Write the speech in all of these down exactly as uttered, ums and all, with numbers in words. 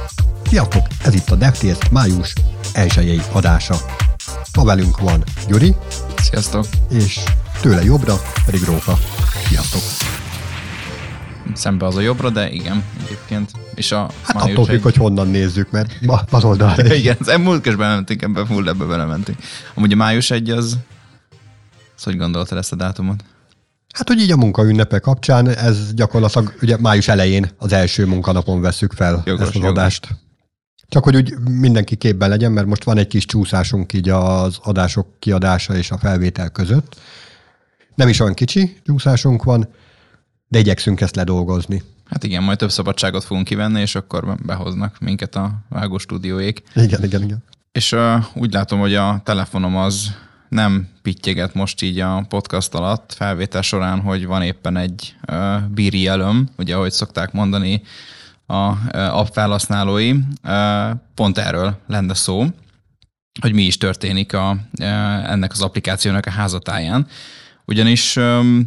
Sziasztok! Ez itt a DevTales május elsőjei adása. Ma velünk van Gyuri. Sziasztok! És tőle jobbra pedig Róka. Sziasztok! Szembe az a jobbra, de igen, egyébként. És a hát attól függ, egy... hogy honnan nézzük, mert az oldal. Igen, az múlt közben belementünk, ebben full ebbe belementünk. Amúgy a május egy az... az hogy gondoltad ezt a dátumot? Hát, hogy így a munkaünnepe kapcsán, ez gyakorlatilag ugye május elején az első munkanapon vesszük fel jogos, ezt az adást. Jogos. Csak hogy úgy mindenki képben legyen, mert most van egy kis csúszásunk így az adások kiadása és a felvétel között. Nem is olyan kicsi csúszásunk van, de igyekszünk ezt ledolgozni. Hát igen, majd több szabadságot fogunk kivenni, és akkor behoznak minket a Vágó stúdióék. Igen, igen, igen. És uh, úgy látom, hogy a telefonom az nem pittyeget most így a podcast alatt felvétel során, hogy van éppen egy uh, bírjelöm, ugye ahogy szokták mondani a uh, app felhasználói. Uh, pont erről lenne szó, hogy mi is történik a, uh, ennek az applikációnak a házatáján. Ugyanis um,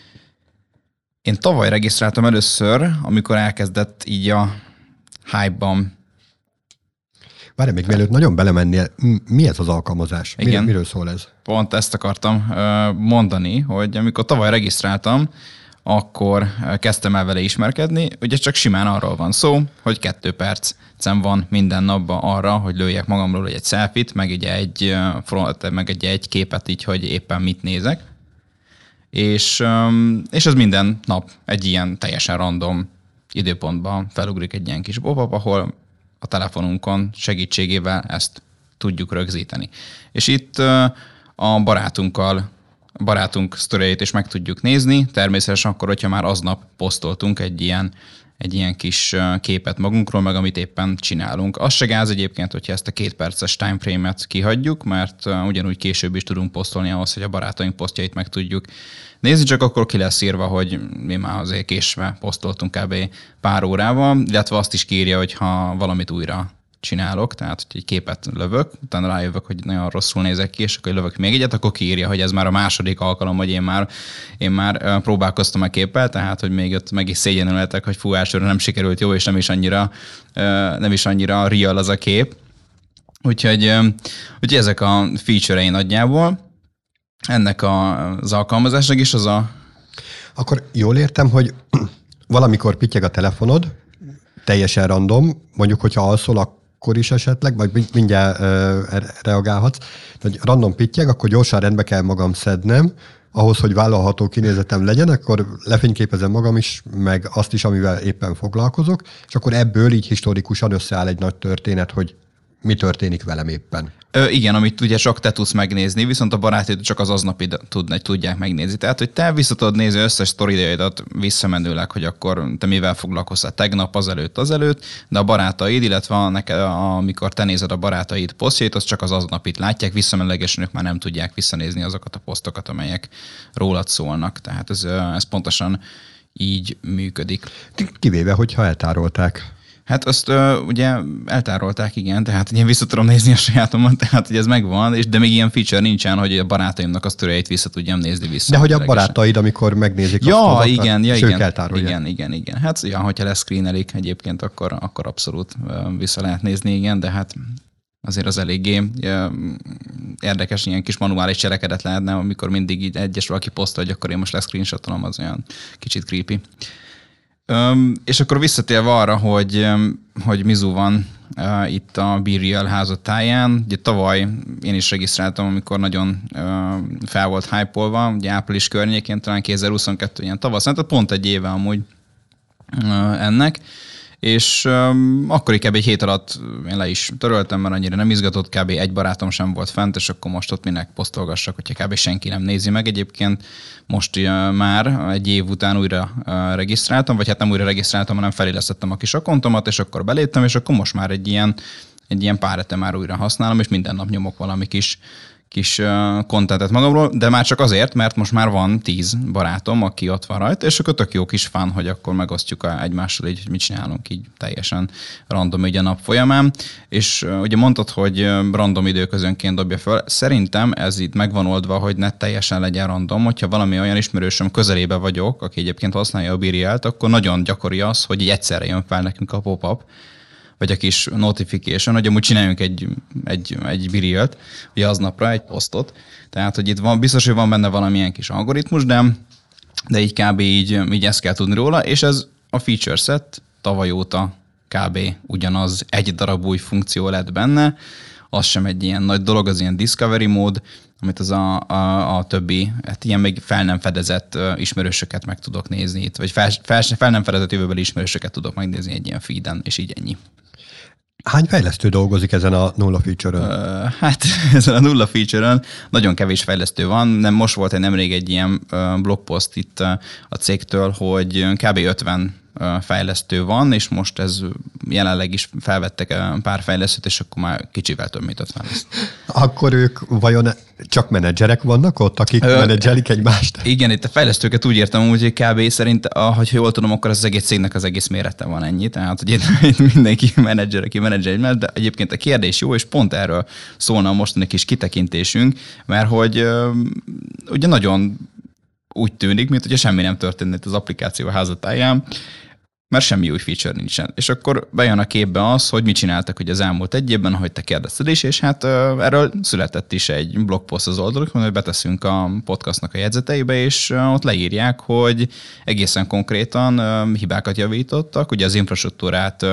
én tavaly regisztráltam először, amikor elkezdett így a hype-ban. Várj, még mielőtt nagyon belemennél, mi ez az alkalmazás? Igen. Miről, miről szól ez? Pont ezt akartam mondani, hogy amikor tavaly regisztráltam, akkor kezdtem el vele ismerkedni. Ugye csak simán arról van szó, hogy kettő percem van minden napban arra, hogy lőjek magamról egy selfie-t, meg egy, egy, meg egy, egy képet így, hogy éppen mit nézek. És, és ez minden nap egy ilyen teljesen random időpontban felugrik egy ilyen kis pop-up, ahol a telefonunkon segítségével ezt tudjuk rögzíteni. És itt a barátunkkal, a barátunk sztoriait is meg tudjuk nézni, természetesen akkor, hogyha már aznap posztoltunk egy ilyen, egy ilyen kis képet magunkról, meg amit éppen csinálunk. Az se gáz egyébként, hogyha ezt a két perces timeframe-et kihagyjuk, mert ugyanúgy később is tudunk posztolni ahhoz, hogy a barátaink posztjait meg tudjuk nézni, csak akkor ki lesz írva, hogy mi már azért késve posztoltunk kb. Pár órával, illetve azt is kiírja, hogy ha valamit újra csinálok, tehát hogy egy képet lövök, utána rájövök, hogy nagyon rosszul nézek ki, és akkor lövök még egyet, akkor kiírja, hogy ez már a második alkalom, hogy én már, én már próbálkoztam a képpel, tehát hogy még ott meg is szégyenülhetek, hogy fú, elsőre nem sikerült jó, és nem is annyira, nem is annyira real az a kép. Úgyhogy, úgyhogy ezek a feature-ei nagyjából. Ennek a, az alkalmazásnak is az a... Akkor jól értem, hogy valamikor pittyeg a telefonod, teljesen random, mondjuk, hogyha alszol, akkor is esetleg, vagy mindjárt uh, reagálhatsz, hogy random pittyeg, akkor gyorsan rendbe kell magam szednem, ahhoz, hogy vállalható kinézetem legyen, akkor lefényképezem magam is, meg azt is, amivel éppen foglalkozok, és akkor ebből így historikusan összeáll egy nagy történet, hogy mi történik velem éppen. Ö, igen, amit ugye csak te tudsz megnézni, viszont a barátaid csak az aznapi tud, tudják megnézni. Tehát, hogy te vissza tudod nézni összes sztoriaidat visszamenőleg, hogy akkor te mivel foglalkoztál tegnap, azelőtt, azelőtt, de a barátaid, illetve neked, amikor te nézed a barátaid posztjait, az csak az aznapit látják, visszamenőlegesen ők már nem tudják visszanézni azokat a posztokat, amelyek rólad szólnak. Tehát ez, ez pontosan így működik. Kivéve, hogyha eltárolták. Hát azt uh, ugye eltárolták, igen, tehát én vissza tudom nézni a sajátomat, tehát hogy ez megvan, és de még ilyen feature nincsen, hogy a barátaimnak a sztoriait vissza tudjam nézni vissza. De hogy a barátaid, amikor megnézik ja, azt az igen, ja, és igen, ők eltárolják. Igen, igen, igen. Hát ja, hogyha leszcreenelik egyébként, akkor, akkor abszolút uh, vissza lehet nézni, igen, de hát azért az eléggé uh, érdekes, ilyen kis manuális cselekedet lehetne, amikor mindig így egyes valaki posztol, hogy akkor én most leszcreenshotolom, az olyan kicsit creepy. Um, és akkor visszatérve arra, hogy, um, hogy Mizu van uh, itt a BeReal házatáján. Ugye tavaly én is regisztráltam, amikor nagyon uh, fel volt hype-olva, ugye április környékén, talán kétezer-huszonkettő ilyen tavasz, tehát pont egy éve amúgy uh, ennek. És um, akkor kb. Egy hét alatt én le is töröltem, mert annyira nem izgatott, kb. Egy barátom sem volt fent, és akkor most ott minek posztolgassak, hogyha kb. Senki nem nézi meg. Egyébként most uh, már egy év után újra uh, regisztráltam, vagy hát nem újra regisztráltam, hanem felélesztettem a kis akkontomat, és akkor beléptem, és akkor most már egy ilyen, egy ilyen pár hete már újra használom, és minden nap nyomok valami kis kis kontentet magamról, de már csak azért, mert most már van tíz barátom, aki ott van rajta, és akkor tök jó kis fán, hogy akkor megosztjuk egymással így, hogy mit csinálunk így teljesen random így a nap folyamán. És uh, ugye mondtad, hogy random időközönként dobja föl. Szerintem ez itt megvan oldva, hogy ne teljesen legyen random. Hogyha valami olyan ismerősöm közelébe vagyok, aki egyébként használja a BeRealt, akkor nagyon gyakori az, hogy így egyszerre jön fel nekünk a pop-up, vagy a kis notification, hogy amúgy csináljunk egy, egy, egy birilt, ugye aznapra egy posztot. Tehát, hogy itt van, biztos, hogy van benne valamilyen kis algoritmus, de, de így kb. Így, így ezt kell tudni róla, és ez a feature set tavaly óta kb. Ugyanaz, egy darab új funkció lett benne, az sem egy ilyen nagy dolog, az ilyen discovery mód, amit az a, a, a többi, hát ilyen még fel nem fedezett ismerősöket meg tudok nézni itt, vagy fel, fel, fel nem fedezett jövőbeli ismerősöket tudok megnézni egy ilyen feeden, és így ennyi. Hány fejlesztő dolgozik ezen a nulla feature-ön? Uh, hát ezen a nulla feature-ön nagyon kevés fejlesztő van, nem most volt egy nemrég egy ilyen uh, blogpost itt uh, a cégtől, hogy kb. ötven fejlesztő van, és most ez jelenleg is felvettek pár fejlesztőt, és akkor már kicsivel több, mint ötven lesz. Akkor ők vajon csak menedzserek vannak ott, akik Ö, menedzselik egymást? Igen, itt a fejlesztőket úgy értem, hogy kb. Szerint, ha jól tudom, akkor az egész cégnek az egész mérete van ennyi, tehát hogy itt mindenki menedzser, aki menedzser egymást, de egyébként a kérdés jó, és pont erről szólna a mostani kis kitekintésünk, mert hogy ugye nagyon úgy tűnik, mint hogyha semmi nem történne itt az applikáció házatáján, mert semmi új feature nincsen. És akkor bejön a képbe az, hogy mit csináltak hogy az elmúlt egy évben, ahogy te kérdezted is, és hát erről született is egy blogpost az oldalukon, hogy beteszünk a podcastnak a jegyzeteibe, és ott leírják, hogy egészen konkrétan hibákat javítottak, ugye az infrastruktúrát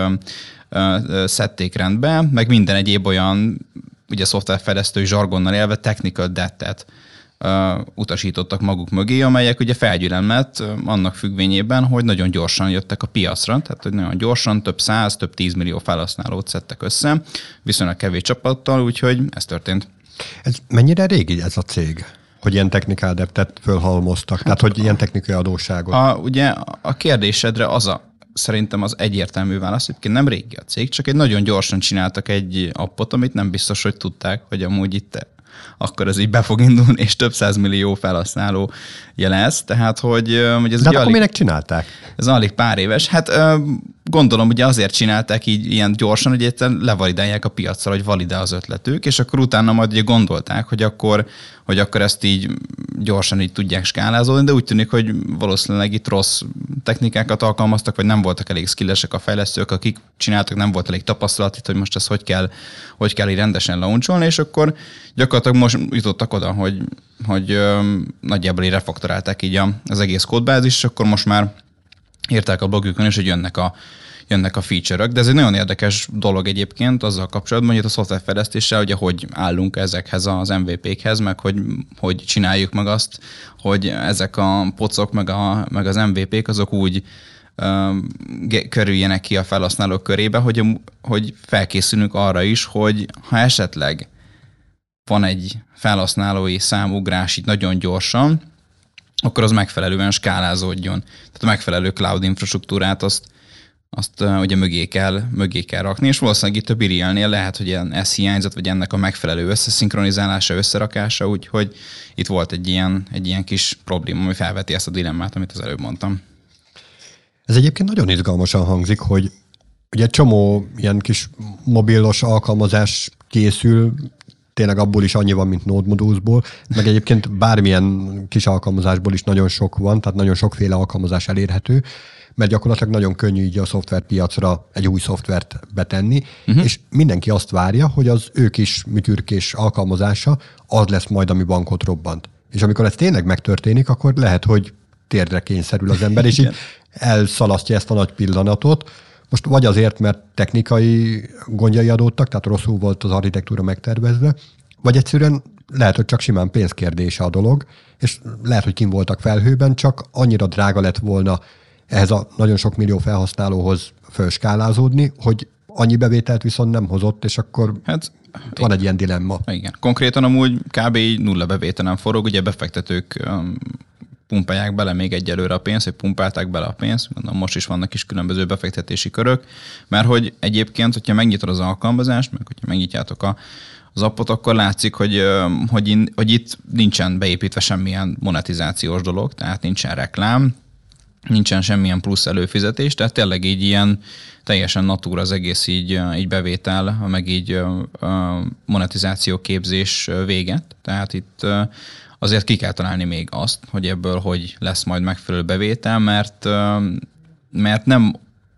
szedték rendbe, meg minden egyéb olyan, ugye szoftverfejlesztői zsargonnal élve technical debt-et Uh, utasítottak maguk mögé, amelyek ugye felgyűlemlett uh, annak függvényében, hogy nagyon gyorsan jöttek a piacra, tehát hogy nagyon gyorsan több száz, több tízmillió felhasználót szedtek össze, viszonylag kevés csapattal, úgyhogy ez történt. Ez mennyire régi ez a cég, hogy ilyen technical debtet fölhalmoztak, hát tehát hogy a, ilyen technikai adósságot? A, ugye a kérdésedre az a szerintem az egyértelmű válasz, hogy nem régi a cég, csak egy nagyon gyorsan csináltak egy appot, amit nem biztos, hogy tudták, hogy amúgy itt akkor ez így be fog indulni, és több százmillió felhasználó jelez. Tehát, hogy, hogy ez... De akkor minek csinálták? Ez alig pár éves. Hát gondolom, ugye azért csinálták így ilyen gyorsan, hogy egyszerűen levalidálják a piacra, hogy valide az ötletük, és akkor utána majd ugye gondolták, hogy akkor, hogy akkor ezt így gyorsan így tudják skálázolni, de úgy tűnik, hogy valószínűleg itt rossz technikákat alkalmaztak, vagy nem voltak elég skillesek a fejlesztők, akik csináltak, nem volt elég tapasztalat itt, hogy most ezt hogy kell, hogy kell így rendesen launcholni, és akkor gyakorlatilag most jutottak oda, hogy, hogy öm, nagyjából így refaktorálták így az egész kódbázis, és akkor most már írták a blogjukon is, hogy jönnek a, jönnek a feature-ök, de ez egy nagyon érdekes dolog egyébként azzal kapcsolatban, hogy itt a szoftverfejlesztéssel, ugye hogy állunk ezekhez az em vé pé-khez, meg hogy, hogy csináljuk meg azt, hogy ezek a pocok, meg, a, meg az em vé pé-k azok úgy um, körüljenek ki a felhasználók körébe, hogy, hogy felkészülünk arra is, hogy ha esetleg van egy felhasználói számugrás itt nagyon gyorsan, akkor az megfelelően skálázódjon. Tehát a megfelelő cloud infrastruktúrát azt, azt uh, ugye mögé kell, mögé kell rakni, és valószínűleg itt a Birielnél lehet, hogy ez hiányzott, vagy ennek a megfelelő összeszinkronizálása, összerakása, úgyhogy itt volt egy ilyen, egy ilyen kis probléma, ami felveti ezt a dilemmát, amit az előbb mondtam. Ez egyébként nagyon izgalmasan hangzik, hogy ugye csomó ilyen kis mobilos alkalmazás készül, tényleg abból is annyi van, mint Node Modules-ból, meg egyébként bármilyen kis alkalmazásból is nagyon sok van, tehát nagyon sokféle alkalmazás elérhető, mert gyakorlatilag nagyon könnyű így a szoftverpiacra egy új szoftvert betenni, uh-huh. és mindenki azt várja, hogy az ő kis műtyürkés alkalmazása az lesz majd, ami bankot robbant. És amikor ez tényleg megtörténik, akkor lehet, hogy térdre kényszerül az ember, és így elszalasztja ezt a nagy pillanatot. Most vagy azért, mert technikai gondjai adódtak, tehát rosszul volt az architektúra megtervezve, vagy egyszerűen lehet, hogy csak simán pénzkérdése a dolog, és lehet, hogy kim voltak felhőben, csak annyira drága lett volna ehhez a nagyon sok millió felhasználóhoz fölskálázódni, hogy annyi bevételt viszont nem hozott, és akkor hát, van igen. egy ilyen dilemma. Igen. Konkrétan amúgy kb. Nulla bevételen forog, ugye befektetők um, pumpálják bele még egyelőre a pénzt, hogy pumpálták bele a pénzt, mondom, most is vannak is különböző befektetési körök, mert hogy egyébként, hogyha megnyitod az alkalmazást, meg hogyha megnyitjátok a, az appot, akkor látszik, hogy, hogy, in, hogy itt nincsen beépítve semmilyen monetizációs dolog, tehát nincsen reklám, nincsen semmilyen plusz előfizetés, tehát tényleg így ilyen teljesen natúra az egész így, így bevétel, meg így monetizáció képzés véget. Tehát itt azért ki kell találni még azt, hogy ebből hogy lesz majd megfelelő bevétel, mert, mert nem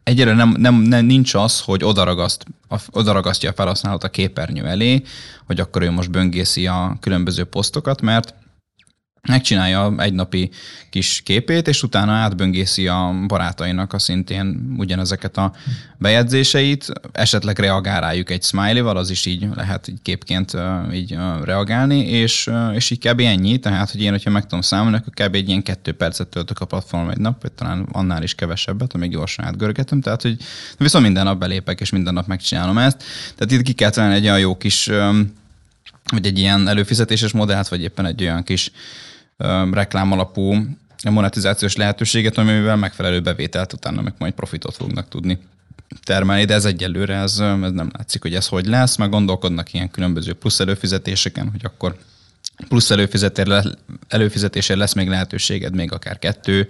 egyre nem, nem, nem, nincs az, hogy odaragaszt, odaragasztja a felhasználót a képernyő elé, hogy akkor ő most böngészi a különböző posztokat, mert megcsinálja egy napi kis képét, és utána átböngészi a barátainak a szintén ugyanezeket a bejegyzéseit, esetleg reagál rájuk egy smiley-val, az is így lehet így képként így reagálni, és, és így kb. Ennyi, tehát hogy én, hogyha meg tudom számolni, akkor kb. Egy ilyen kettő percet töltök a platformon egy nap, vagy talán annál is kevesebbet, amíg gyorsan átgörgetem, tehát hogy viszont minden nap belépek, és minden nap megcsinálom ezt. Tehát itt ki kell találni egy olyan jó kis, vagy egy ilyen előfizetéses modellt, vagy éppen egy olyan kis reklám alapú monetizációs lehetőséget, amivel megfelelő bevételt utána meg majd profitot fognak tudni termelni, de ez egyelőre ez, ez nem látszik, hogy ez hogy lesz, meg gondolkodnak ilyen különböző plusz előfizetéseken, hogy akkor plusz előfizetésért lesz még lehetőséged még akár kettő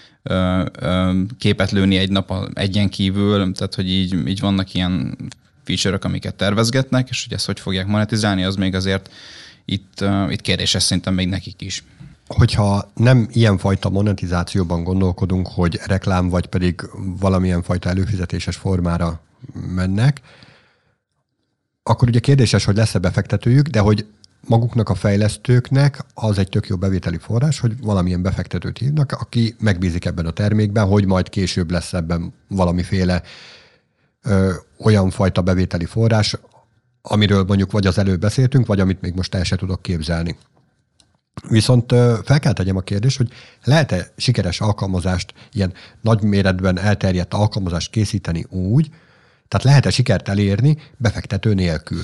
képet lőni egy nap egyen kívül, tehát hogy így, így vannak ilyen feature-ök, amiket tervezgetnek, és hogy ezt hogy fogják monetizálni, az még azért itt, itt kérdéses szerintem még nekik is. Hogyha nem ilyenfajta monetizációban gondolkodunk, hogy reklám vagy pedig valamilyen fajta előfizetéses formára mennek, akkor ugye kérdéses, hogy lesz-e befektetőjük, de hogy maguknak a fejlesztőknek az egy tök jó bevételi forrás, hogy valamilyen befektetőt hívnak, aki megbízik ebben a termékben, hogy majd később lesz ebben valamiféle ö, olyan fajta bevételi forrás, amiről mondjuk vagy az előbb beszéltünk, vagy amit még most el se tudok képzelni. Viszont fel kell tegyem a kérdést, hogy lehet-e sikeres alkalmazást, ilyen nagy méretben elterjedt alkalmazást készíteni úgy, tehát lehet-e sikert elérni befektető nélkül?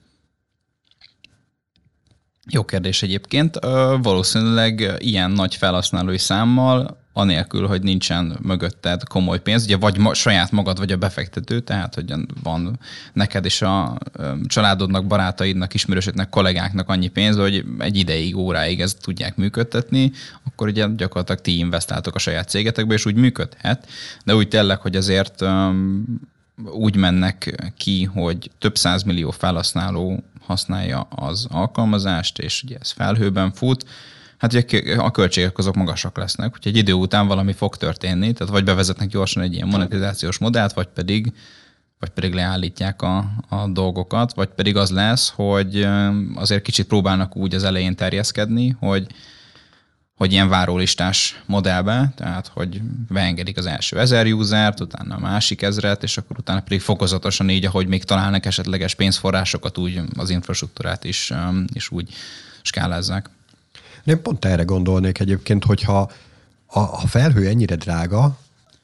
Jó kérdés egyébként. Valószínűleg ilyen nagy felhasználói számmal, anélkül, hogy nincsen mögötted komoly pénz, ugye vagy ma, saját magad, vagy a befektető, tehát hogy van neked és a családodnak, barátaidnak, ismerősöknek, kollégáknak annyi pénz, hogy egy ideig, óráig ezt tudják működtetni, akkor ugye gyakorlatilag ti investáltok a saját cégetekbe, és úgy működhet, de úgy tényleg, hogy azért um, úgy mennek ki, hogy több százmillió felhasználó használja az alkalmazást, és ugye ez felhőben fut, hát ugye a költségek azok magasak lesznek, úgyhogy egy idő után valami fog történni, tehát vagy bevezetnek gyorsan egy ilyen monetizációs modellt, vagy pedig, vagy pedig leállítják a, a dolgokat, vagy pedig az lesz, hogy azért kicsit próbálnak úgy az elején terjeszkedni, hogy, hogy ilyen várólistás modellbe, tehát hogy beengedik az első ezer usert, utána a másik ezret, és akkor utána pedig fokozatosan így, ahogy még találnak esetleges pénzforrásokat, úgy az infrastruktúrát is, is úgy skálázzák. Én pont erre gondolnék egyébként, hogyha a, a felhő ennyire drága,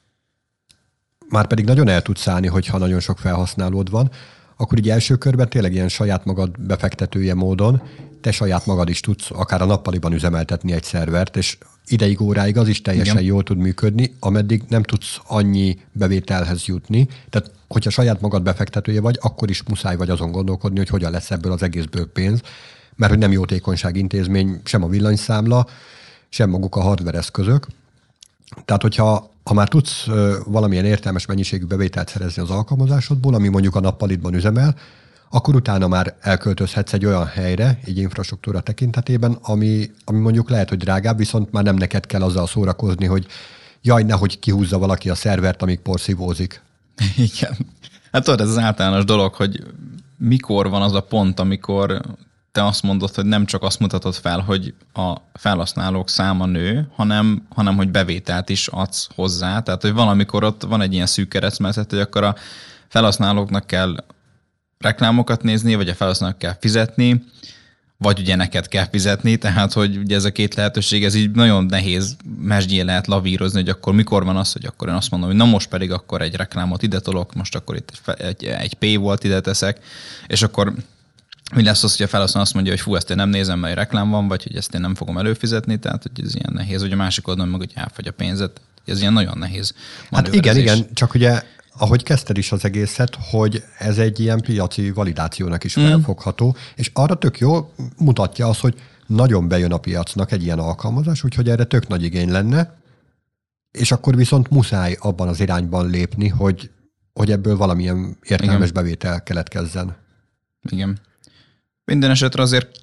már pedig nagyon el tudsz állni, hogyha nagyon sok felhasználód van, akkor így első körben tényleg ilyen saját magad befektetője módon te saját magad is tudsz akár a nappaliban üzemeltetni egy szervert, és ideig, óráig az is teljesen Igen. jól tud működni, ameddig nem tudsz annyi bevételhez jutni. Tehát, hogyha saját magad befektetője vagy, akkor is muszáj vagy azon gondolkodni, hogy hogyan lesz ebből az egészből pénz, mert hogy nem jótékonyság intézmény sem a villanyszámla, sem maguk a hardware eszközök. Tehát, hogyha ha már tudsz valamilyen értelmes mennyiségű bevételt szerezni az alkalmazásodból, ami mondjuk a nappalitban üzemel, akkor utána már elköltözhetsz egy olyan helyre, így infrastruktúra tekintetében, ami, ami mondjuk lehet, hogy drágább, viszont már nem neked kell azzal szórakozni, hogy jaj, nehogy kihúzza valaki a szervert, amíg porszívózik. Igen. Hát tudod, ez az általános dolog, hogy mikor van az a pont, amikor te azt mondod, hogy nem csak azt mutatod fel, hogy a felhasználók száma nő, hanem, hanem hogy bevételt is adsz hozzá. Tehát, hogy valamikor ott van egy ilyen szűk keresztmetszet, hogy akkor a felhasználóknak kell reklámokat nézni, vagy a felhasználók kell fizetni, vagy ugye neked kell fizetni, tehát hogy ugye ez a két lehetőség, ez így nagyon nehéz mesdjén lehet lavírozni, hogy akkor mikor van az, hogy akkor én azt mondom, hogy na most pedig akkor egy reklámot ide tolok, most akkor itt egy, egy paywall-t ide teszek, és akkor mi lesz az, hogy a felhasználó azt mondja, hogy fú, ezt én nem nézem, mert reklám van, vagy hogy ezt én nem fogom előfizetni, tehát hogy ez ilyen nehéz, hogy a másik oldalon meg, hogy elfogy a pénzet, ez ilyen nagyon nehéz. Hát igen, igen, csak ugye ahogy kezdted is az egészet, hogy ez egy ilyen piaci validációnak is felfogható, mm. és arra tök jó mutatja az, hogy nagyon bejön a piacnak egy ilyen alkalmazás, úgyhogy erre tök nagy igény lenne, és akkor viszont muszáj abban az irányban lépni, hogy, hogy ebből valamilyen értelmes Igen. bevétel keletkezzen. Igen. Minden esetre azért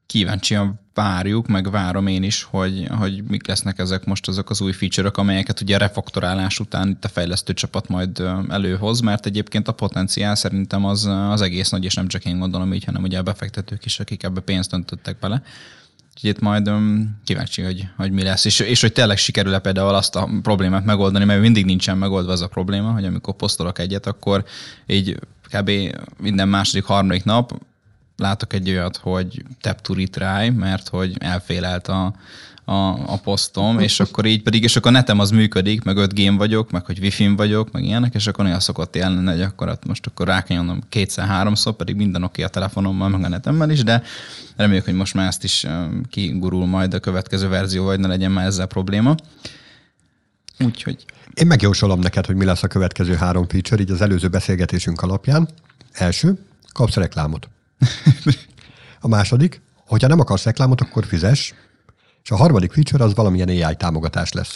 kíváncsian várjuk, meg várom én is, hogy, hogy mik lesznek ezek most azok az új feature-ök, amelyeket ugye a refaktorálás után itt a fejlesztő csapat majd előhoz, mert egyébként a potenciál szerintem az, az egész nagy, és nem csak én gondolom így, hanem ugye a befektetők is, akik ebbe pénzt öntöttek bele. Úgyhogy itt majd um, kíváncsi, hogy, hogy mi lesz, és, és hogy tényleg sikerül-e például azt a problémát megoldani, mert mindig nincsen megoldva az a probléma, hogy amikor posztolok egyet, akkor így kb. Minden második, harmadik nap látok egy olyat, hogy tap to retry, mert hogy elfélelt a, a, a posztom, és akkor így pedig, és akkor a netem az működik, meg öt gén vagyok, meg hogy wifi-n vagyok, meg ilyenek, és akkor olyan szokott jelenni, hogy akkor hát most akkor rá kell nyomnom kétszer-háromszor, pedig minden oké a telefonommal, meg a netemmel is, de reméljük, hogy most már ezt is kigurul majd a következő verzió, vagy ne legyen már ezzel probléma. Úgyhogy... Én megjósolom neked, hogy mi lesz a következő három feature, így az előző beszélgetésünk alapján. Első, kapsz reklámot. A második, hogyha nem akarsz reklámot, akkor fizess. És a harmadik feature az valamilyen á i támogatás lesz.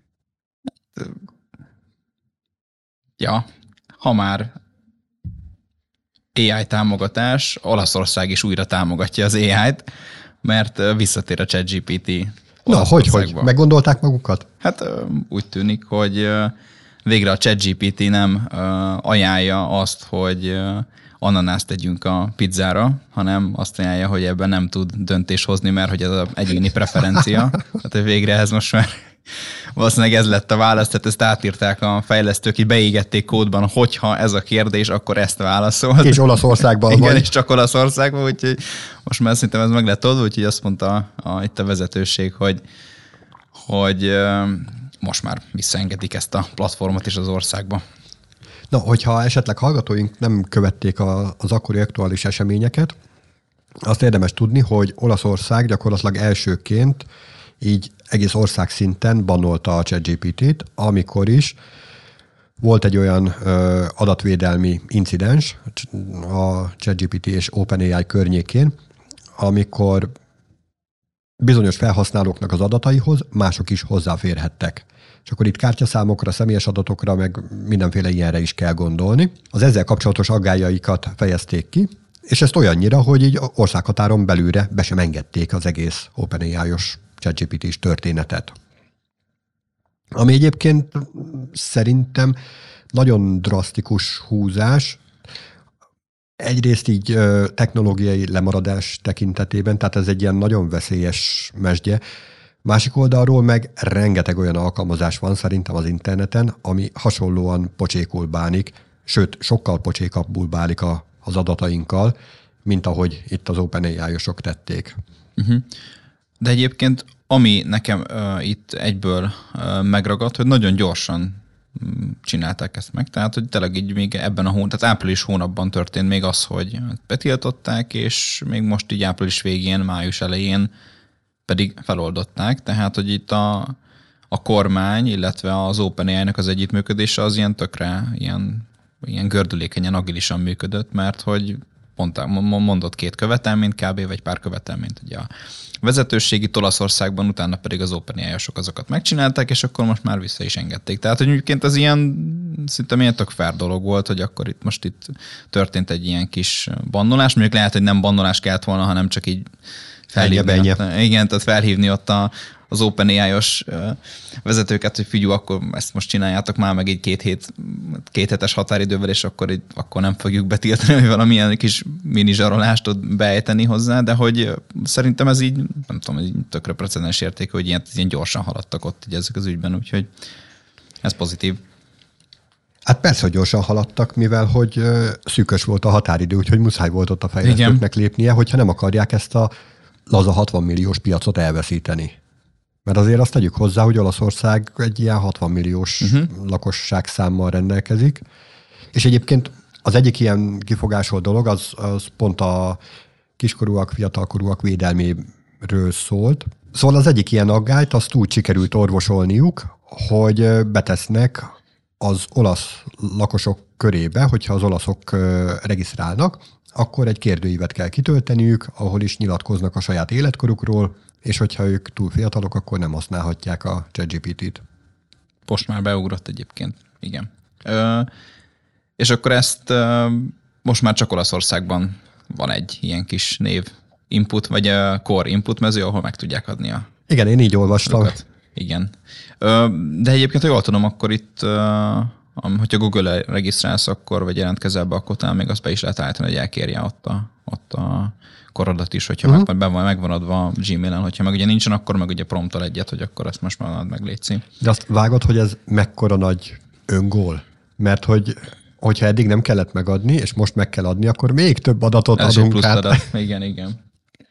Ja, ha már á i támogatás, Olaszország is újra támogatja az á i-t, mert visszatér a ChatGPT. Na, hogy, hogy? Meggondolták magukat? Hát úgy tűnik, hogy végre a ChatGPT nem ajánlja azt, hogy ananászt tegyünk a pizzára, hanem azt ajánlja, hogy ebben nem tud döntést hozni, mert hogy ez az egyéni preferencia. Tehát végre ez most már valószínűleg ez lett a válasz, tehát ezt átírták a fejlesztők, így beégették kódban, hogyha ez a kérdés, akkor ezt válaszolt. És Olaszországban igen, vagy. és csak Olaszországban, úgyhogy most már szerintem ez meg lett oldva, úgyhogy azt mondta a, a, itt a vezetőség, hogy, hogy most már visszaengedik ezt a platformot is az országba. Na, hogyha esetleg hallgatóink nem követték a, az akkori aktuális eseményeket, azt érdemes tudni, hogy Olaszország gyakorlatilag elsőként így egész ország szinten bannolta a ChatGPT-t, amikor is volt egy olyan ö, adatvédelmi incidens a ChatGPT és OpenAI környékén, amikor bizonyos felhasználóknak az adataihoz mások is hozzáférhettek. És akkor itt kártyaszámokra, személyes adatokra, meg mindenféle ilyenre is kell gondolni. Az ezzel kapcsolatos aggályaikat fejezték ki, és ezt olyannyira, hogy így országhatáron belülre be sem engedték az egész OpenAI-os ChatGPT-s történetet. Ami egyébként szerintem nagyon drasztikus húzás, egyrészt így technológiai lemaradás tekintetében, tehát ez egy ilyen nagyon veszélyes mesdje. Másik oldalról meg rengeteg olyan alkalmazás van szerintem az interneten, ami hasonlóan pocsékul bánik, sőt, sokkal pocsékabbul bánik a, az adatainkkal, mint ahogy itt az OpenAI-osok tették. Uh-huh. De egyébként, ami nekem uh, itt egyből uh, megragadt, hogy nagyon gyorsan um, csinálták ezt meg. Tehát, hogy tényleg így még ebben a hónapban, tehát április hónapban történt még az, hogy betiltották, és még most így április végén, május elején pedig feloldották. Tehát, hogy itt a, a kormány, illetve az OpenAI-nak az együttműködése az ilyen tökre, ilyen, ilyen gördülékenyen, agilisan működött, mert hogy pont mondott két követelményt kb. Vagy pár követelményt ugye a vezetőségi Olaszországban, utána pedig az OpenAI-osok azokat megcsinálták, és akkor most már vissza is engedték. Tehát, hogy egyébként az ilyen, szinte milyen tök fair dolog volt, hogy akkor itt most itt történt egy ilyen kis bannolás, mondjuk lehet, hogy nem bannolás kellett volna, hanem csak így felhívni ott, igen, tehát felhívni ott a, az OpenAI-os vezetőket, hogy figyelj, akkor ezt most csináljátok már meg egy két, hét, két hetes határidővel, és akkor, így, akkor nem fogjuk betiltani, hogy valamilyen kis mini zsarolást tud beejteni hozzá, de hogy szerintem ez így, nem tudom, így tökre precedens értékű, hogy ilyen, ilyen gyorsan haladtak ott így ezek az ügyben, úgyhogy ez pozitív. Hát persze, hogy gyorsan haladtak, mivel hogy szűkös volt a határidő, úgyhogy muszáj volt ott a fejlesztőknek lépnie, hogyha nem akarják ezt a laza hatvan milliós piacot elveszíteni. Mert azért azt tegyük hozzá, hogy Olaszország egy ilyen hatvan milliós uh-huh. lakosság számmal rendelkezik, és egyébként az egyik ilyen kifogásolt dolog, az, az pont a kiskorúak, fiatalkorúak védelméről szólt. Szóval az egyik ilyen aggályt azt úgy sikerült orvosolniuk, hogy betesznek az olasz lakosok körébe, hogyha az olaszok regisztrálnak, akkor egy kérdőívet kell kitölteniük, ahol is nyilatkoznak a saját életkorukról, és hogyha ők túl fiatalok, akkor nem használhatják a ChatGPT-t. Most már beugrott egyébként, igen. Ö, és akkor ezt ö, most már csak Olaszországban van egy ilyen kis név input, vagy a core input mező, ahol meg tudják adni a... Igen, én így olvastam. Azokat. Igen. De egyébként, ha jól tudom, akkor itt, hogyha Google-e regisztrálsz, akkor, vagy jelentkezel be, akkor talán még azt be is lehet állítani, hogy elkérje ott a, ott a korodat is, hogyha uh-huh. meg, be van, meg van adva Gmailen, hogyha meg ugye nincsen, akkor meg ugye promptol egyet, hogy akkor ezt most már ad meg, létszik. De azt vágod, hogy ez mekkora nagy öngól? Mert hogy hogyha eddig nem kellett megadni, és most meg kell adni, akkor még több adatot ez adunk át. Adat. Igen, igen.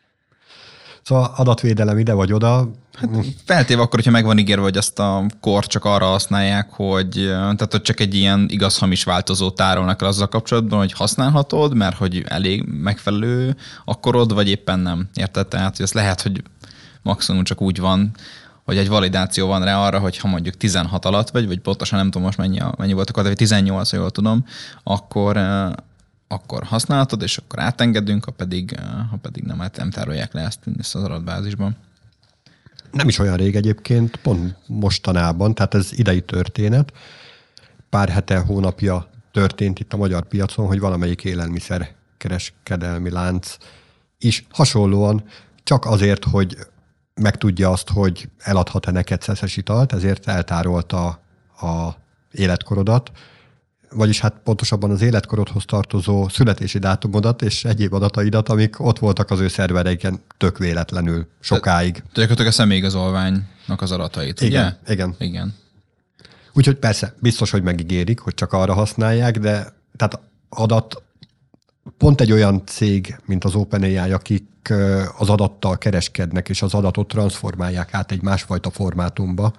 Szóval adatvédelem ide vagy oda. Hát feltéve akkor, hogyha meg van ígérve, hogy ezt a kort csak arra használják, hogy, tehát, hogy csak egy ilyen igaz-hamis változót tárolnak el azzal kapcsolatban, hogy használhatod, mert hogy elég megfelelő a korod, vagy éppen nem. Érted? Tehát, hogy ez lehet, hogy maximum csak úgy van, hogy egy validáció van rá arra, hogy ha mondjuk tizenhat alatt vagy, vagy pontosan nem tudom most mennyi, mennyi volt a kor, vagy tizennyolc, ha jól tudom, akkor, akkor használhatod, és akkor átengedünk, ha pedig, ha pedig nem, hát nem tárolják le ezt, ezt az adatbázisban. Nem is olyan rég egyébként, pont mostanában, tehát ez idei történet, pár hete, hónapja történt itt a magyar piacon, hogy valamelyik élelmiszer kereskedelmi lánc is hasonlóan csak azért, hogy megtudja azt, hogy eladhat-e neked szeszes italt, ezért eltárolta a életkorodat, vagyis hát pontosabban az életkorodhoz tartozó születési dátumodat és egyéb adataidat, amik ott voltak az ő szervereiken tök véletlenül sokáig. Tehát a személyigazolványnak az adatait, igen, ugye? Igen. Igen. Úgyhogy persze, biztos, hogy megígérik, hogy csak arra használják, de tehát adat pont egy olyan cég, mint az OpenAI, akik az adattal kereskednek, és az adatot transformálják át egy másfajta formátumba.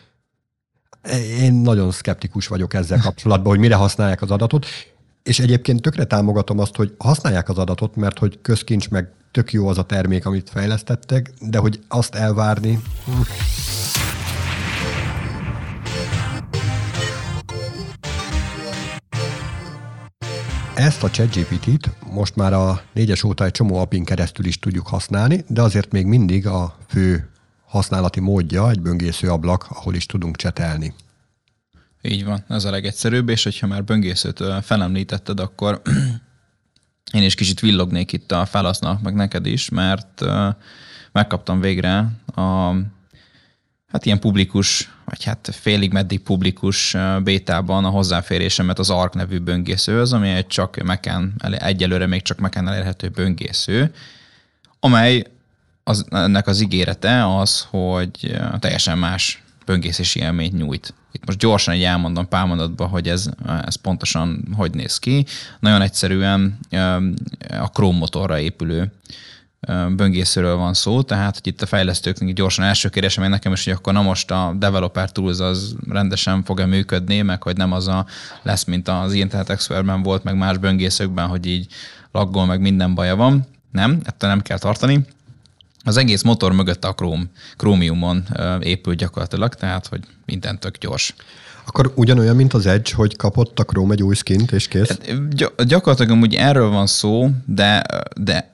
Én nagyon szkeptikus vagyok ezzel kapcsolatban, hogy mire használják az adatot, és egyébként tökre támogatom azt, hogy használják az adatot, mert hogy közkincs, meg tök jó az a termék, amit fejlesztettek, de hogy azt elvárni... Hm. Ezt a ChatGPT-t most már a négyes óta egy csomó appin keresztül is tudjuk használni, de azért még mindig a fő használati módja egy böngésző ablak, ahol is tudunk csetelni. Így van, ez a legegyszerűbb, és hogyha már böngészőt felemlítetted, akkor én is kicsit villognék itt a felhasználók, meg neked is, mert megkaptam végre a hát ilyen publikus, vagy hát félig meddig publikus bétában a hozzáférésemet az Arc nevű böngészőhöz, ami egy csak Mac-en, egyelőre még csak Mac-en elérhető böngésző, amely az, ennek az ígérete az, hogy teljesen más böngészési élményt nyújt. Itt most gyorsan egy elmondom pár mondatban, hogy ez, ez pontosan hogy néz ki. Nagyon egyszerűen a Chrome motorra épülő böngészőről van szó, tehát hogy itt a fejlesztőknek gyorsan első kérdésem még nekem is, hogy akkor na most a developer tools az rendesen fog-e működni, meg hogy nem az a lesz, mint az Internet Explorer-ben volt, meg más böngészőkben, hogy így laggol, meg minden baja van. Nem, ettől nem kell tartani. Az egész motor mögött a Chrome, Chromiumon épül gyakorlatilag, tehát hogy minden tök gyors. Akkor ugyanolyan, mint az Edge, hogy kapott a Chrome egy új skint, és kész? Hát, gy- gyakorlatilag amúgy erről van szó, de, de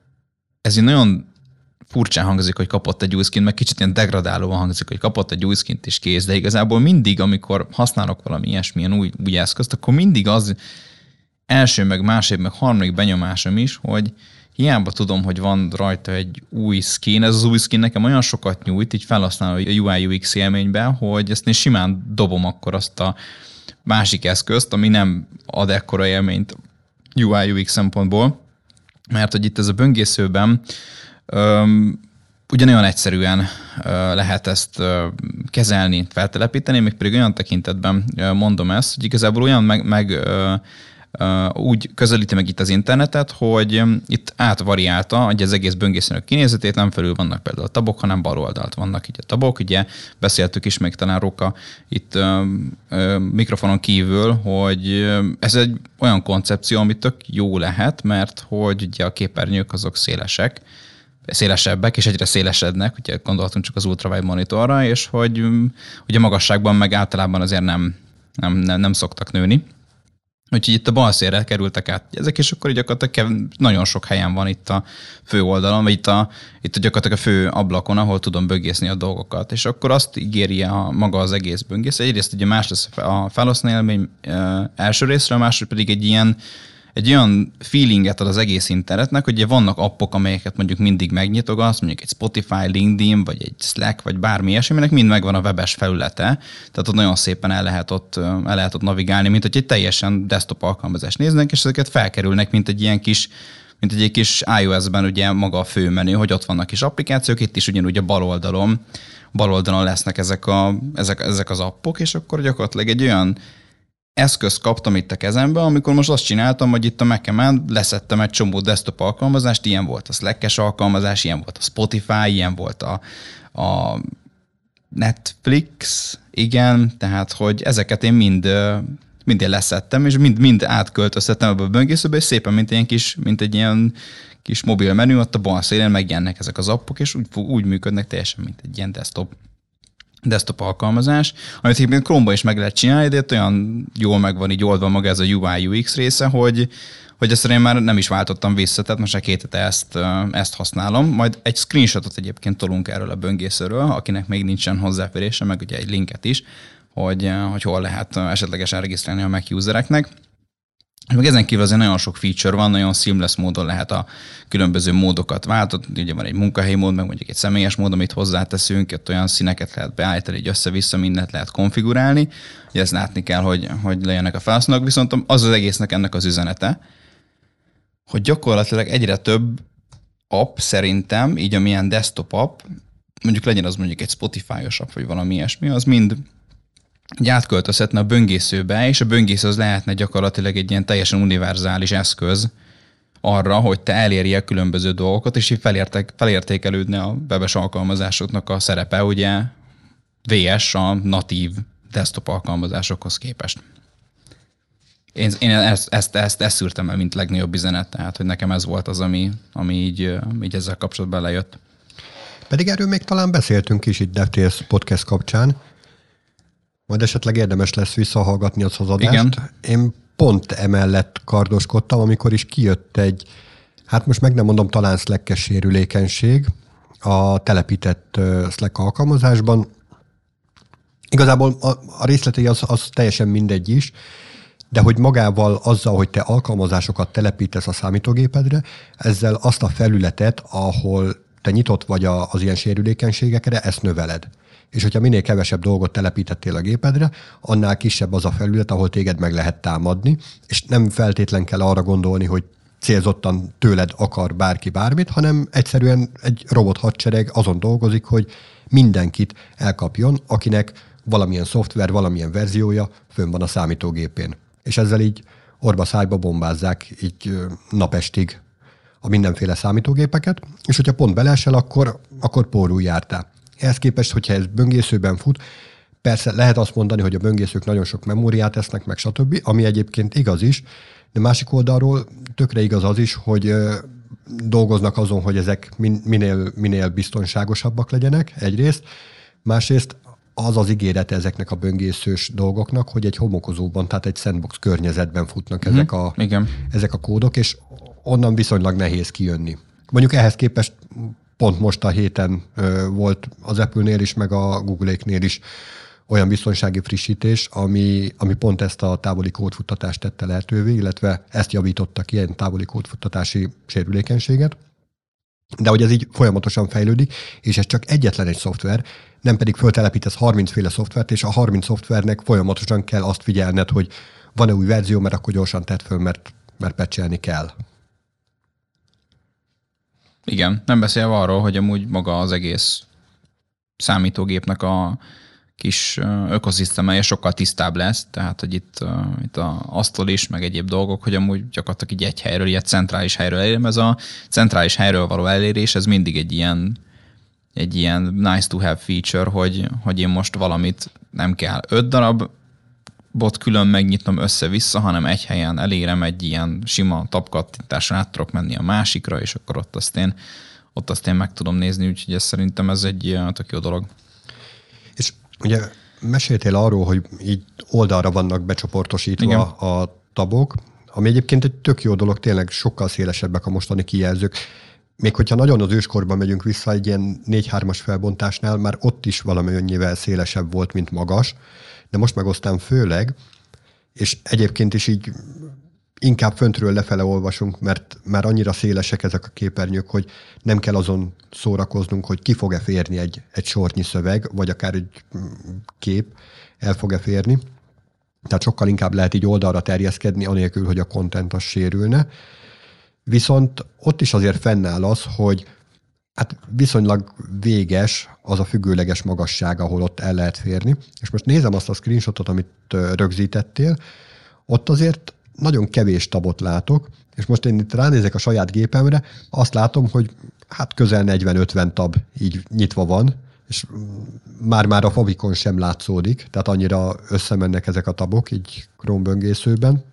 ez így nagyon furcsán hangzik, hogy kapott egy új skint, meg kicsit ilyen degradálóan hangzik, hogy kapott egy új skint és kész, de igazából mindig, amikor használok valami ilyesmilyen új, új eszközt, akkor mindig az első, meg második, meg harmadik benyomásom is, hogy hiába tudom, hogy van rajta egy új skin, ez az új skin nekem olyan sokat nyújt, így felhasználom a U I U X élményben, hogy ezt én simán dobom akkor azt a másik eszközt, ami nem ad ekkora élményt U I U X szempontból, mert hogy itt ez a böngészőben öm, ugyanolyan egyszerűen ö, lehet ezt ö, kezelni, feltelepíteni, még pedig olyan tekintetben ö, mondom ezt, hogy igazából olyan meg, meg ö, ö, úgy közelíti meg itt az internetet, hogy itt átvariálta hogy az egész böngészőnek kinézetét, nem felül vannak például a tabok, hanem bal oldalt vannak így a tabok. Ugye beszéltük is még talán Róka itt ö, ö, mikrofonon kívül, hogy ez egy olyan koncepció, ami tök jó lehet, mert hogy ugye a képernyők azok szélesek, szélesebbek, és egyre szélesednek, ugye gondolhatunk csak az ultrawide monitorra, és hogy ugye magasságban meg általában azért nem, nem, nem, nem szoktak nőni. Úgyhogy itt a bal szélre kerültek át ezek, és akkor gyakorlatilag nagyon sok helyen van itt a fő oldalon, vagy itt, a, itt a gyakorlatilag a fő ablakon, ahol tudom böngészni a dolgokat. És akkor azt ígéri a maga az egész böngész. Egyrészt ugye más lesz a felhasználó élmény első részre, a másod pedig egy ilyen egy olyan feelinget ad az egész internetnek, hogy ugye vannak appok, amelyeket mondjuk mindig megnyitogatsz, mondjuk egy Spotify, LinkedIn, vagy egy Slack, vagy bármi ilyesmi, aminek mind megvan a webes felülete, tehát ott nagyon szépen el lehet ott, el lehet ott navigálni, mint hogy egy teljesen desktop alkalmazást néznek, és ezeket felkerülnek, mint egy ilyen kis mint egy kis iOS-ben ugye maga a főmenü, hogy ott vannak kis applikációk, itt is ugyanúgy a bal oldalon, bal oldalon lesznek ezek, a, ezek, ezek az appok, és akkor gyakorlatilag egy olyan eszközt kaptam itt a kezembe, amikor most azt csináltam, hogy itt a Mac-emen leszettem egy csomó desktop alkalmazást, ilyen volt a Slack-es alkalmazás, ilyen volt a Spotify, ilyen volt a, a Netflix, igen, tehát hogy ezeket én mind mind én leszettem, és mind, mind átköltöztettem ebbe a böngészőbe, és szépen, mint, ilyen kis, mint egy ilyen kis mobil menü, ott a bal szélén megjelennek ezek az appok, és úgy, úgy működnek teljesen, mint egy ilyen desktop, desktop alkalmazás, amit egyébként Chrome-ban is meg lehet csinálni, de olyan jól meg van így oldva maga ez a u i u iksz része, hogy, hogy ezt én már nem is váltottam vissza, tehát most a két hete ezt, ezt használom. Majd egy screenshotot egyébként tolunk erről a böngészőről, akinek még nincsen hozzáférése, meg ugye egy linket is, hogy, hogy hol lehet esetlegesen regisztrálni a Mac usereknek. Meg ezen kívül azért nagyon sok feature van, nagyon seamless módon lehet a különböző módokat váltani. Ugye van egy munkahelyi mód, meg mondjuk egy személyes mód, amit hozzáteszünk, ott olyan színeket lehet beállítani, hogy össze-vissza mindent lehet konfigurálni. Ugye ezt látni kell, hogy, hogy legyenek a felhasználók, viszont az az egésznek ennek az üzenete, hogy gyakorlatilag egyre több app szerintem, így amilyen desktop app, mondjuk legyen az mondjuk egy Spotify-os app, vagy valami ilyesmi, az mind így átköltözhetne a böngészőbe, és a böngésző az lehetne gyakorlatilag egy ilyen teljesen univerzális eszköz arra, hogy te elérjél különböző dolgokat, és így felértek, felértékelődne a webes alkalmazásoknak a szerepe, ugye vé es a natív desktop alkalmazásokhoz képest. Én, én ezt, ezt, ezt, ezt szűrtem el, mint legnagyobb üzenet, tehát hogy nekem ez volt az, ami, ami így, így ezzel kapcsolatban lejött. Pedig erről még talán beszéltünk is itt DevTales podcast kapcsán, majd esetleg érdemes lesz visszahallgatni az adást. Igen. Én pont emellett kardoskodtam, amikor is kijött egy, hát most meg nem mondom, talán Slack-es sérülékenység a telepített Slack alkalmazásban. Igazából a, a részletei az, az teljesen mindegy is, de hogy magával azzal, hogy te alkalmazásokat telepítesz a számítógépedre, ezzel azt a felületet, ahol te nyitott vagy az ilyen sérülékenységekre, ezt növeled. És hogyha minél kevesebb dolgot telepítettél a gépedre, annál kisebb az a felület, ahol téged meg lehet támadni, és nem feltétlen kell arra gondolni, hogy célzottan tőled akar bárki bármit, hanem egyszerűen egy robot hadsereg azon dolgozik, hogy mindenkit elkapjon, akinek valamilyen szoftver, valamilyen verziója fönn van a számítógépén. És ezzel így orba-szájba bombázzák így napestig a mindenféle számítógépeket, és hogyha pont beleesel, akkor, akkor pórul jártál. Ehhez képest, hogyha ez böngészőben fut, persze lehet azt mondani, hogy a böngészők nagyon sok memóriát esznek, meg stb., ami egyébként igaz is, de másik oldalról tökre igaz az is, hogy ö, dolgoznak azon, hogy ezek min, minél, minél biztonságosabbak legyenek egyrészt, másrészt az az ígérete ezeknek a böngészős dolgoknak, hogy egy homokozóban, tehát egy sandbox környezetben futnak mm-hmm. ezek, a, Igen. ezek a kódok, és onnan viszonylag nehéz kijönni. Mondjuk ehhez képest pont most a héten ö, volt az Apple-nél is, meg a Google-éknél is olyan biztonsági frissítés, ami, ami pont ezt a távoli kódfuttatást tette lehetővé, illetve ezt javította ki, ilyen távoli kódfuttatási sérülékenységet. De hogy ez így folyamatosan fejlődik, és ez csak egyetlen egy szoftver, nem pedig föltelepítesz harminc féle szoftvert, és a harminc szoftvernek folyamatosan kell azt figyelned, hogy van-e új verzió, mert akkor gyorsan tedd föl, mert, mert patchelni kell. Igen, nem beszélve arról, hogy amúgy maga az egész számítógépnek a kis ökoszisztémája sokkal tisztább lesz, tehát hogy itt, itt a asztal is, meg egyéb dolgok, hogy amúgy gyakorlatilag így egy helyről, egy centrális helyről elérem. Ez a centrális helyről való elérés, ez mindig egy ilyen, egy ilyen nice to have feature, hogy, hogy én most valamit nem kell öt darab bot külön megnyitnom össze-vissza, hanem egy helyen elérem egy ilyen sima tapkattintással át tudok menni a másikra, és akkor ott azt én, ott azt én meg tudom nézni, úgyhogy ez szerintem ez egy tök jó dolog. És ugye meséltél arról, hogy így oldalra vannak becsoportosítva a tabok, ami egyébként egy tök jó dolog, tényleg sokkal szélesebbek a mostani kijelzők. Még hogyha nagyon az őskorban megyünk vissza egy ilyen négy hármas felbontásnál, már ott is valami önnyivel szélesebb volt, mint magas, de most meg aztán főleg, és egyébként is így inkább föntről lefele olvasunk, mert már annyira szélesek ezek a képernyők, hogy nem kell azon szórakoznunk, hogy ki fog-e férni egy, egy sornyi szöveg, vagy akár egy kép el fog-e férni. Tehát sokkal inkább lehet így oldalra terjeszkedni, anélkül, hogy a content az sérülne. Viszont ott is azért fennáll az, hogy hát viszonylag véges az a függőleges magasság, ahol ott el lehet férni. És most nézem azt a screenshotot, amit rögzítettél, ott azért nagyon kevés tabot látok, és most én itt ránézek a saját gépemre, azt látom, hogy hát közel negyven-ötven tab így nyitva van, és már-már a favicon sem látszódik, tehát annyira összemennek ezek a tabok így Chrome böngészőben.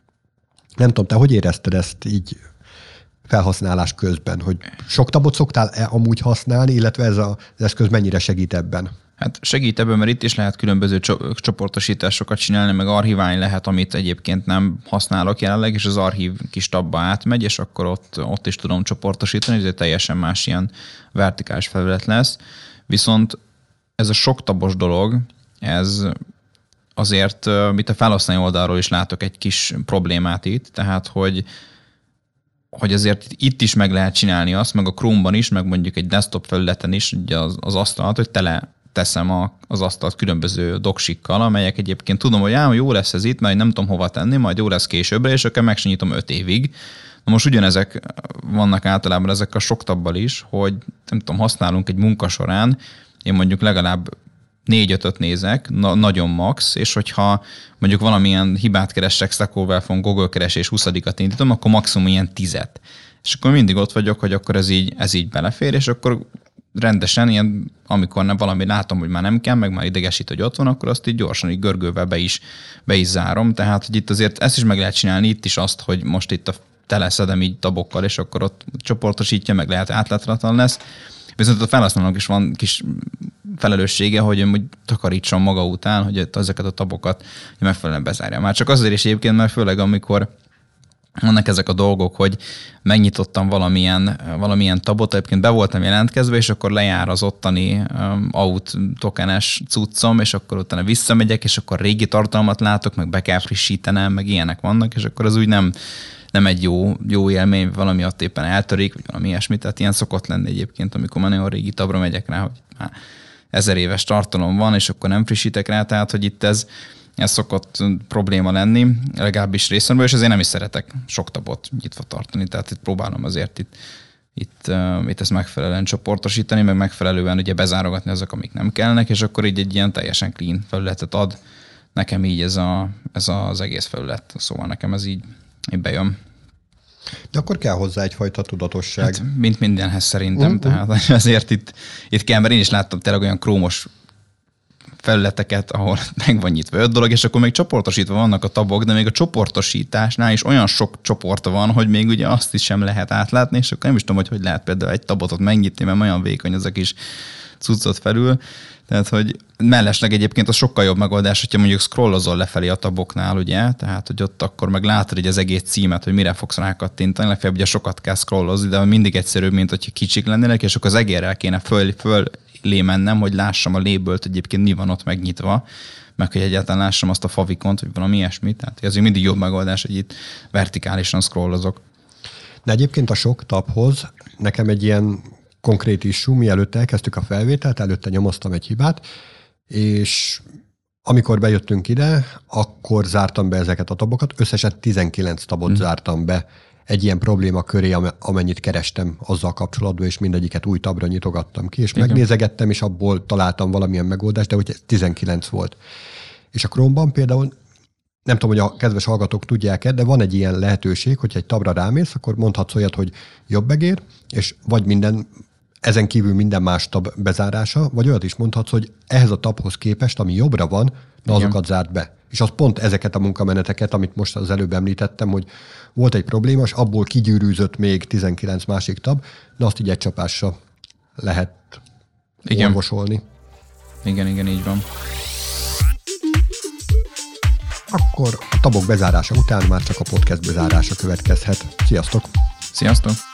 Nem tudom, te hogy érezted ezt így felhasználás közben, hogy sok tabot szoktál-e amúgy használni, illetve ez az eszköz mennyire segít ebben? Hát segít ebben, mert itt is lehet különböző csoportosításokat csinálni, meg archiválni lehet, amit egyébként nem használok jelenleg, és az archív kis tabba átmegy, és akkor ott, ott is tudom csoportosítani, ez egy teljesen más ilyen vertikális felület lesz. Viszont ez a sok tabos dolog, ez azért, mit a felhasználó oldalról is látok egy kis problémát itt, tehát, hogy hogy azért itt is meg lehet csinálni azt, meg a Chrome-ban is, meg mondjuk egy desktop felületen is ugye az, az asztalat, hogy tele teszem a, az asztalt különböző doksikkal, amelyek egyébként tudom, hogy ám jó lesz ez itt, mert nem tudom hova tenni, majd jó lesz későbbre, és akkor meg sem nyitom öt évig. Na most ugyanezek vannak általában ezek a sok tabbal is, hogy nem tudom, használunk egy munka során, én mondjuk legalább négy-ötöt nézek, na, nagyon max, és hogyha mondjuk valamilyen hibát keresek, Stack Overflow, Google keresés huszadikat indítom, akkor maximum ilyen tízet. És akkor mindig ott vagyok, hogy akkor ez így, ez így belefér, és akkor rendesen, ilyen, amikor nem valami látom, hogy már nem kell, meg már idegesít, hogy ott van, akkor azt így gyorsan, így görgővel be is, be is zárom. Tehát, hogy itt azért ezt is meg lehet csinálni, itt is azt, hogy most itt a teleszedem így tabokkal, és akkor ott csoportosítja, meg lehet átláthatatlan lesz. Viszont a felhasználónak is van kis felelőssége, hogy hogy takarítson maga után, hogy ezeket a tabokat megfelelően bezárja. Már csak azért is egyébként, mert főleg amikor vannak ezek a dolgok, hogy megnyitottam valamilyen, valamilyen tabot, egyébként be voltam jelentkezve, és akkor lejár az ottani um, out tokenes cuccom, és akkor utána visszamegyek, és akkor régi tartalmat látok, meg be kell frissítenem, meg ilyenek vannak, és akkor az úgy nem, nem egy jó, jó élmény, valami ott éppen eltörik, vagy valami ilyesmi. Tehát ilyen szokott lenni egyébként, amikor már nagyon régi tabra megyek rá, hogy már ezer éves tartalom van, és akkor nem frissítek rá, tehát hogy itt ez Ez szokott probléma lenni, legalábbis részemről, és ezért nem is szeretek sok tabot nyitva tartani, tehát itt próbálom azért itt, itt, uh, itt ezt megfelelően csoportosítani, meg megfelelően ugye bezárogatni azok, amik nem kellnek, és akkor így egy ilyen teljesen clean felületet ad nekem így ez, a, ez az egész felület. Szóval nekem ez így, így bejön. De akkor kell hozzá egyfajta tudatosság. Hát, mint mindenhez szerintem, uh-huh. tehát azért itt, itt kell, mert én is láttam tényleg olyan krómos felületeket, ahol meg van nyitva öt dolog, és akkor még csoportosítva vannak a tabok, de még a csoportosításnál is olyan sok csoport van, hogy még ugye azt is sem lehet átlátni, és akkor nem is tudom, hogy hogy lehet például egy tabotot megnyitni, mert olyan vékony az a kis cuccot felül. Tehát, hogy mellesleg egyébként az sokkal jobb megoldás, hogyha mondjuk scrollozol lefelé a taboknál, ugye, tehát, hogy ott akkor meg látod hogy az egész címet, hogy mire fogsz rákattintani, legfeljebb ugye sokat kell scrollozni, de mindig egyszerűbb, mint hogyha kicsik lennének, és akkor az egérrel kéne föl, föl mennem, hogy lássam a labelt, egyébként mi van ott megnyitva, meg hogy egyáltalán lássam azt a favicont, vagy valami ilyesmit. Tehát ez mindig jobb megoldás, hogy itt vertikálisan scrollozok. De egyébként a sok tabhoz nekem egy ilyen konkrét issue, mielőtt elkezdtük a felvételt, előtte nyomoztam egy hibát, és amikor bejöttünk ide, akkor zártam be ezeket a tabokat, összesen tizenkilenc tabot mm. zártam be egy ilyen probléma köré, amennyit kerestem azzal kapcsolatban, és mindegyiket új tabra nyitogattam ki, és igen. megnézegettem, és abból találtam valamilyen megoldást, de ugye tizenkilenc volt. És a Chrome-ban például, nem tudom, hogy a kedves hallgatók tudják-e, de van egy ilyen lehetőség, hogyha egy tabra rámész, akkor mondhatsz olyat, hogy jobb egér, és vagy minden, ezen kívül minden más tab bezárása, vagy olyat is mondhatsz, hogy ehhez a tabhoz képest, ami jobbra van, na azokat zárt be. És az pont ezeket a munkameneteket, amit most az előbb említettem, hogy volt egy probléma, és abból kigyűrűzött még tizenkilenc másik tab, de azt így egy csapásra lehet igen. orvosolni. Igen, igen, így van. Akkor a tabok bezárása után már csak a podcast bezárása következhet. Sziasztok! Sziasztok!